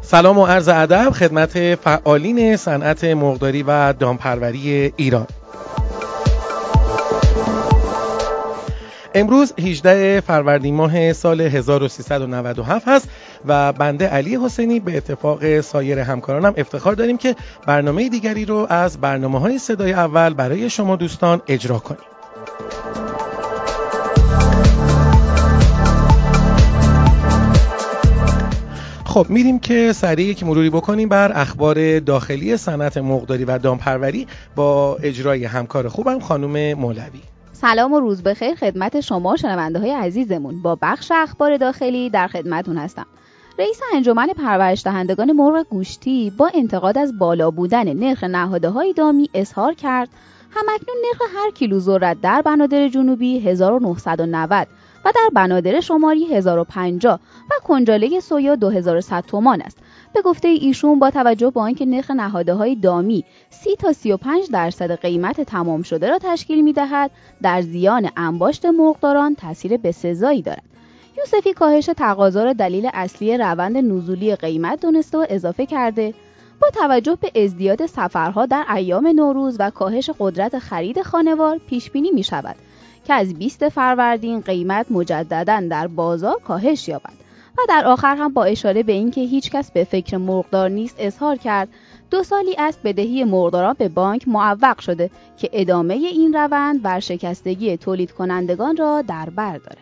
سلام و عرض ادب خدمت فعالین صنعت مرغداری و دامپروری ایران. امروز 18 فروردین ماه سال 1397 هست و بنده علی حسینی به اتفاق سایر همکارانم افتخار داریم که برنامه دیگری رو از برنامه‌های صدای اول برای شما دوستان اجرا کنیم. خب میریم که سریع یک مروری بکنیم بر اخبار داخلی صنعت مرغداری و دامپروری با اجرای همکار خوبم خانم مولوی. سلام و روز بخیر خدمت شما شنونده های عزیزمون. با بخش اخبار داخلی در خدمتون هستم. رئیس انجمن پرورش دهندگان مرغ گوشتی با انتقاد از بالا بودن نرخ نهادهای دامی اظهار کرد همکنون نرخ هر کیلو ذرت در بنادر جنوبی 1990 و در بنادر شمالی 1050 و کنجاله سویا 2100 تومان است. به گفته ایشون با توجه به آنکه نرخ نهادهای دامی 30 تا 35% قیمت تمام شده را تشکیل می‌دهد، در زیان انباشت مرغداران تاثیر بسزایی دارد. یوسفی کاهش تقاضا را دلیل اصلی روند نزولی قیمت دونسته و اضافه کرده با توجه به ازدیاد سفرها در ایام نوروز و کاهش قدرت خرید خانوار پیش بینی می‌شود که از 20 فروردین قیمت مجدداً در بازار کاهش یابد. و در آخر هم با اشاره به اینکه هیچ کس به فکر مرغدار نیست اظهار کرد 2 سالی است بدهی مرغداران به بانک معوق شده که ادامه این روند ورشکستگی تولید کنندگان را در بر دارد.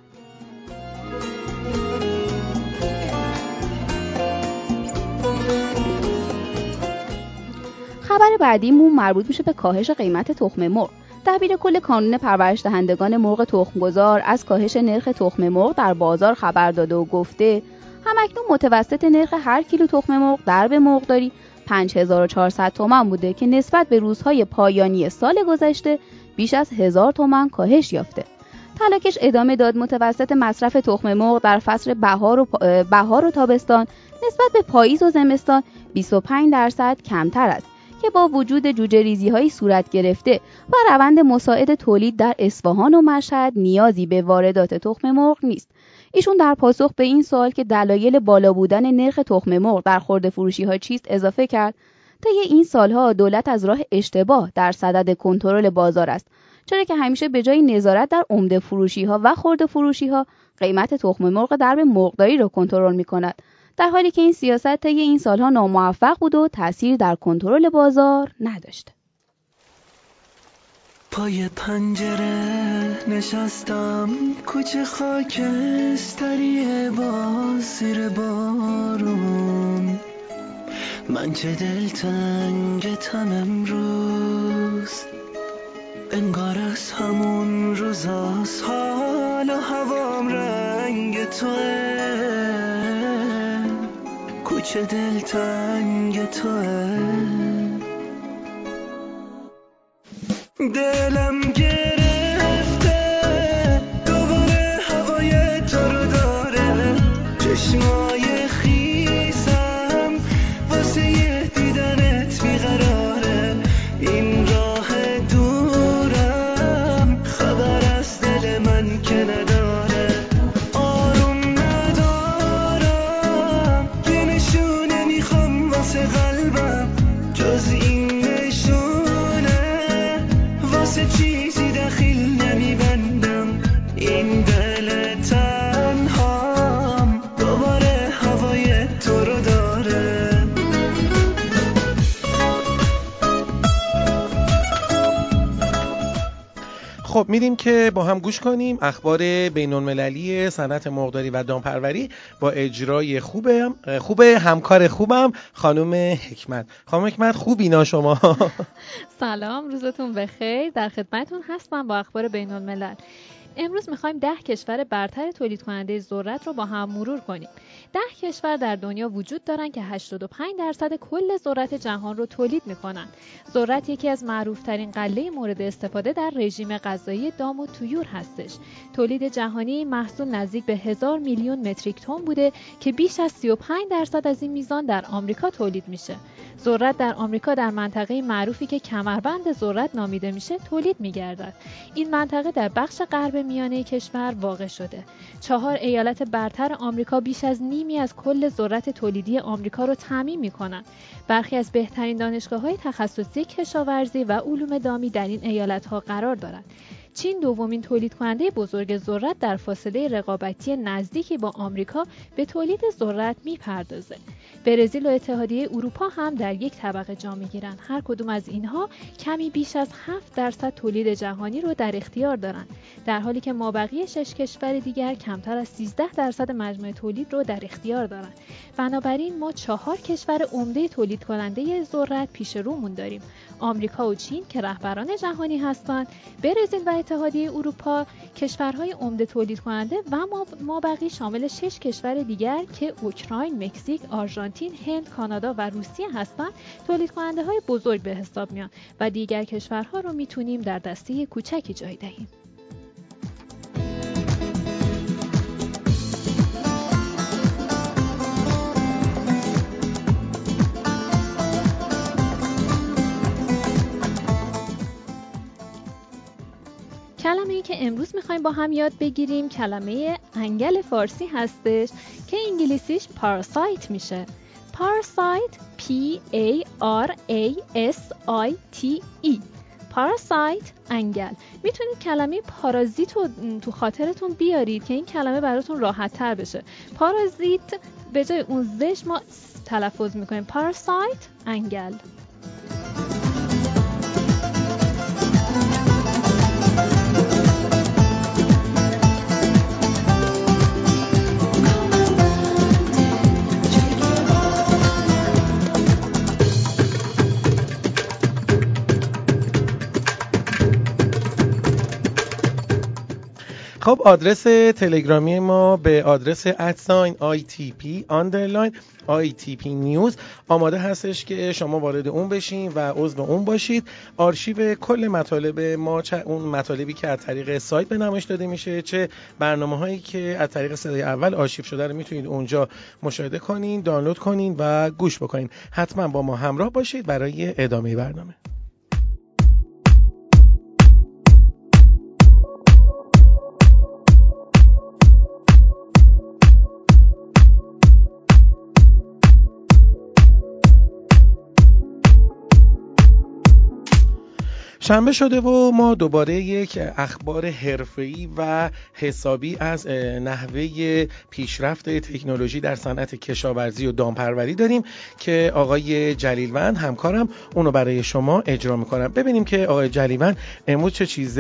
خبر بعدیمون مربوط میشه به کاهش قیمت تخم مرغ. دبیر کل کانون پرورش دهندگان مرغ تخمگذار از کاهش نرخ تخم مرغ در بازار خبر داده و گفته همکنون متوسط نرخ هر کیلو تخم مرغ در به مرغداری 5400 تومان بوده که نسبت به روزهای پایانی سال گذشته بیش از 1000 تومان کاهش یافته. تلاکش ادامه داد متوسط مصرف تخم مرغ در فصل بهار و تابستان نسبت به پاییز و زمستان 25% کمتر است که با وجود جوجه ریزی های صورت گرفته و روند مساعد تولید در اصفهان و مشهد نیازی به واردات تخم مرغ نیست. ایشون در پاسخ به این سوال که دلایل بالا بودن نرخ تخم مرغ در خرده فروشی ها چیست اضافه کرد طی این سالها دولت از راه اشتباه در صدد کنترل بازار است، چرا که همیشه به جای نظارت در عمده فروشی ها و خرده فروشی ها قیمت تخم مرغ در به مرغداری را کنترل می‌کند، در حالی که این سیاست طی این سالها ناموفق بود و تأثیر در کنترل بازار نداشت. پای پنجره نشستم کوچه خاکستری باز زیر بارون، من چه دلتنگتم امروز، انگار از همون روزاست حال و هوام رنگ توه، کوچه دلتنگ توه، دلم گرفته دوباره هوای تو رو داره، چشمای خیسم واسه یه دیدنت بیقراره، این راه دورم خبر از دل من که نداره، آروم ندارم یه نشونه میخوام واسه قلبم جز این نشونه، واسه چیزی دخیل نمیبندم این دل تنهام دوباره هوای تو رو داره. خب میریم که با هم گوش کنیم اخبار بین‌المللی صنعت مرغداری و دامپروری با اجرای خوب همکار خوبم خانم حکمت. خانم حکمت خوبینا شما؟ سلام، روزتون بخیر. در خدمتون هستم با اخبار بین‌الملل. امروز میخوایم 10 کشور برتر تولید کننده ذرت رو با هم مرور کنیم. 10 کشور در دنیا وجود دارن که 85% کل ذرت جهان رو تولید میکنن. ذرت یکی از معروفترین غله مورد استفاده در رژیم غذایی دام و طیور هستش. تولید جهانی محصول نزدیک به 1000 میلیون متریک تن بوده که بیش از 35% از این میزان در آمریکا تولید میشه. ذرت در آمریکا در منطقه معروفی که کمربند ذرت نامیده میشه تولید می‌گردد. این منطقه در بخش غرب میانه کشور واقع شده. 4 ایالت برتر آمریکا بیش از نیمی از کل ذرت تولیدی آمریکا رو تامین می‌کنند. برخی از بهترین دانشگاه‌های تخصصی کشاورزی و علوم دامی در این ایالت‌ها قرار دارند. چین دومین تولید کننده بزرگ ذرت در فاصله رقابتی نزدیکی با آمریکا به تولید ذرت می‌پردازه. برزیل و اتحادیه اروپا هم در یک طبقه جا می‌گیرند. هر کدوم از اینها کمی بیش از 7% تولید جهانی رو در اختیار دارند، در حالی که مابقی 6 کشور دیگر کمتر از 13% مجموع تولید رو در اختیار دارند. بنابراین ما 4 کشور عمده تولید کننده ذرت پیش رومون داریم: آمریکا و چین که رهبران جهانی هستند، برزیل و اتحادیه اروپا کشورهای عمده تولید کننده و مابقی شامل 6 کشور دیگر که اوکراین، مکزیک، آرژانتین، هند، کانادا و روسیه هستند تولید کننده های بزرگ به حساب میان و دیگر کشورها رو میتونیم در دسته کوچکی جای دهیم. کلمه‌ای که امروز می‌خوایم با هم یاد بگیریم کلمه انگل فارسی هستش که انگلیسیش پاراسایت میشه. پاراسایت P-A-R-A-S-I-T-E پاراسایت انگل. میتونید کلمه پارازیت رو تو خاطرتون بیارید که این کلمه براتون راحت تر بشه. پارازیت به جای اون زش ما تلفظ میکنیم. پاراسایت انگل. خب آدرس تلگرامی ما به آدرس @ITP_ITP نیوز آماده هستش که شما وارد اون بشین و عضو اون باشید. آرشیو کل مطالب ما، چه اون مطالبی که از طریق سایت به نمایش داده میشه، چه برنامه‌هایی که از طریق صدای اول آرشیو شده رو میتونید اونجا مشاهده کنین، دانلود کنین و گوش بکنین. حتما با ما همراه باشید برای ادامه برنامه. شنبه شده و ما دوباره یک اخبار حرفه‌ای و حسابی از نحوه پیشرفت تکنولوژی در صنعت کشاورزی و دامپروری داریم که آقای جلیلوند همکارم اونو برای شما اجرا میکنم. ببینیم که آقای جلیلوند امروز چه چیز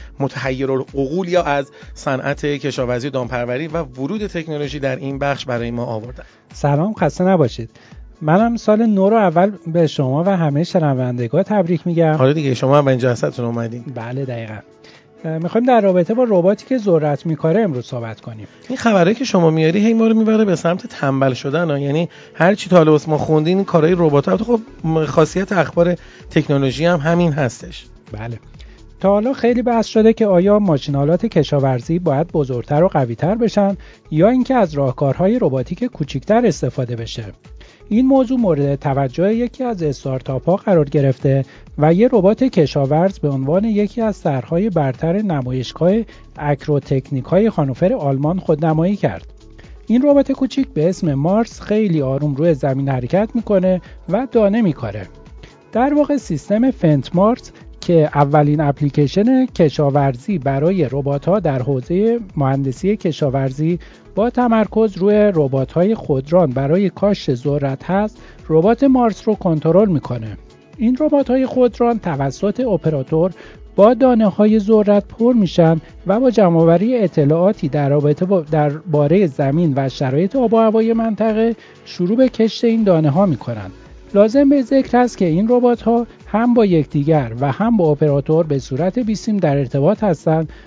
متحیرالعقول یا از صنعت کشاورزی و دامپروری و ورود تکنولوژی در این بخش برای ما آوردن. سلام، خسته نباشید. منم سال نو رو اول به شما و همه شنوندگان تبریک میگم. حالا دیگه شما هم به اینجا هستتون اومدین. بله دقیقاً. میخوایم در رابطه با رباتی که ذرت میکاره امروز صحبت کنیم. این خبرایی که شما میاری هی ما رو میبره به سمت تنبل شدن یعنی هر چی تا حالا ما خوندین کارهای ربات‌ها. خب خاصیت اخبار تکنولوژی هم همین هستش. بله. تا حالا خیلی بحث شده که آیا ماشین‌آلات کشاورزی باید بزرگتر و قوی‌تر بشن یا اینکه از راهکارهای رباتیک کوچکتر استفاده بشه. این موضوع مورد توجه یکی از استارتاپ‌ها قرار گرفته و یک ربات کشاورز به عنوان یکی از طرح‌های برتر نمایشگاه اکروتکنیک‌های هانوفر آلمان خودنمایی کرد. این ربات کوچیک به اسم مارس خیلی آروم روی زمین حرکت میکنه و دانه میکاره. در واقع سیستم فنت مارس که اولین اپلیکیشن کشاورزی برای ربات‌ها در حوزه مهندسی کشاورزی با تمرکز روی ربات‌های خودران برای کاشت ذرت هست، ربات مارس رو کنترل میکنه. این ربات‌های خودران توسط اپراتور با دانه‌های ذرت پر میشن و با جمع‌آوری اطلاعاتی در رابطه درباره زمین و شرایط آب و هوای منطقه شروع به کشت این دانه‌ها میکنن. لازم به ذکر است که این ربات‌ها هم با یکدیگر و هم با اپراتور به صورت بیسیم در ارتباط هستند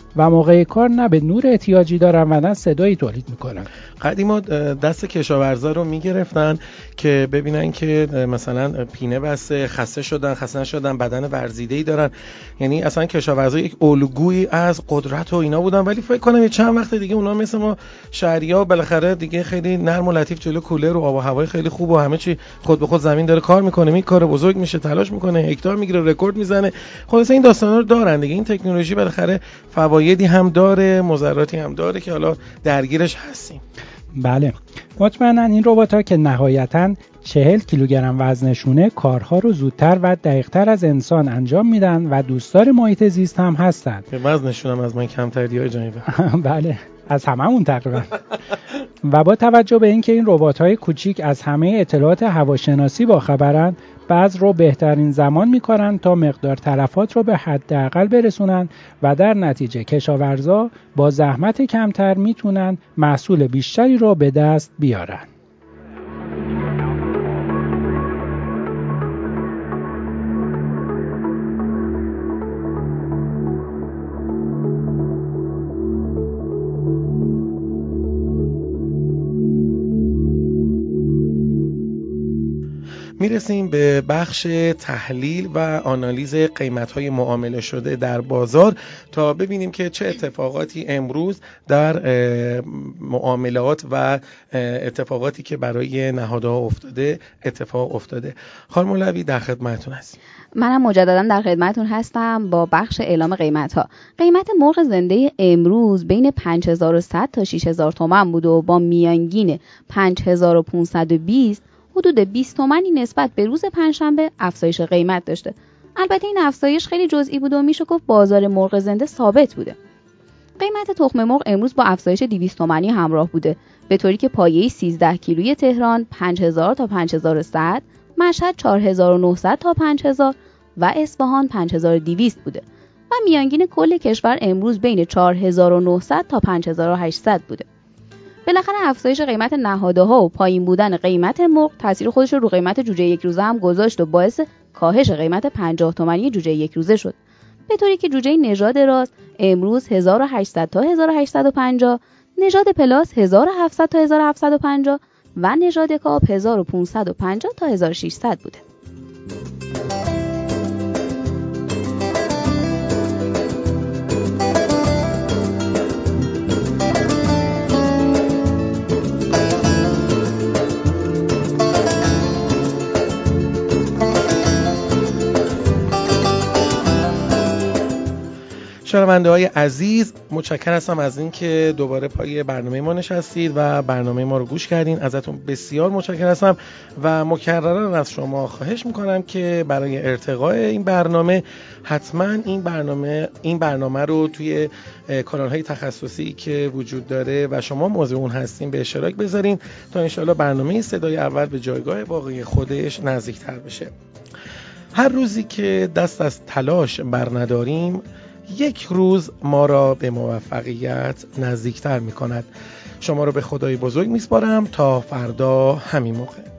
و موقع کار نه به نور احتیاجی دارن و نه صدایی تولید میکنن. قدیما دست کشاورزا رو میگرفتن که ببینن که مثلا پینه بسته، خسته شدن، بدن ورزیده‌ای دارن، یعنی اصلا کشاورزا یک الگویی از قدرت و اینا بودن. ولی فکر کنم یه چند وقت دیگه اونا مثل ما شهری‌ها بالاخره دیگه خیلی نرم و لطیف جلو کولر و آب و هوای خیلی خوب و همه چی خود به خود زمین داره کار میکنه، کار بزرگ میشه، تلاش میکنه، هکتار میگیره، رکورد میزنه. خلاص این داستانا رو دارن دیگه. این تکنولوژی بالاخره فوایدی هم داره، مضراتی هم داره که حالا درگیرش هستیم. بله، مطمئنا این ربات‌ها که نهایتاً 40 کیلوگرم وزنشونه کارها رو زودتر و دقیق‌تر از انسان انجام میدن و دوستدار محیط زیست هم هستن. وزنشون هم از من کمتر دیگه جانبه. بله، از هممون تقریبا. و با توجه به اینکه این ربات‌های کوچیک از همه اطلاعات هواشناسی باخبرن، بعض رو بهترین زمان می‌کنن تا مقدار تلفات رو به حداقل برسونن و در نتیجه کشاورزا با زحمت کمتر میتونن محصول بیشتری رو به دست بیارن. میرسیم به بخش تحلیل و آنالیز قیمت‌های معامله شده در بازار تا ببینیم که چه اتفاقاتی امروز در معاملات و اتفاقاتی که برای نهادها افتاده اتفاق افتاده. خانم مولوی در خدمتتون هستیم. منم مجددا در خدمتتون هستم با بخش اعلام قیمت‌ها. قیمت مرغ زنده امروز بین 5100 تا 6000 تومان بود و با میانگین 5520 حدود 20 تومانی نسبت به روز پنجشنبه افزایش قیمت داشته. البته این افزایش خیلی جزئی بوده و میشه گفت بازار مرغ زنده ثابت بوده. قیمت تخم مرغ امروز با افزایش 200 تومانی همراه بوده، به طوری که پایه 13 کیلویی تهران 5000 تا 5100، مشهد 4900 تا 5000 و اصفهان 5200 بوده و میانگین کل کشور امروز بین 4900 تا 5800 بوده. بالاخره افزایش قیمت نهادها و پایین بودن قیمت مرغ تاثیر خودش رو قیمت جوجه یک روزه هم گذاشت و باعث کاهش قیمت 50 تومانی جوجه یک روزه شد، به طوری که جوجه نژاد راست امروز 1800 تا 1850، نژاد پلاس 1700 تا 1750 و نژاد کاپ 1550 تا 1600 بوده. شنونده های عزیز، متشکر هستم از این که دوباره پای برنامه ما نشستید و برنامه ما رو گوش کردین. ازتون بسیار متشکر هستم و مکررا از شما خواهش میکنم که برای ارتقاء این برنامه حتما این برنامه رو توی کانال های تخصصی که وجود داره و شما موضوع اون هستین به اشتراک بذارین تا انشالله برنامه صدای اول به جایگاه واقعی خودش نزدیکتر بشه. هر روزی که دست از تلاش بر نداریم یک روز ما را به موفقیت نزدیکتر می کند. شما رو به خدای بزرگ می سپارم تا فردا همین موقع.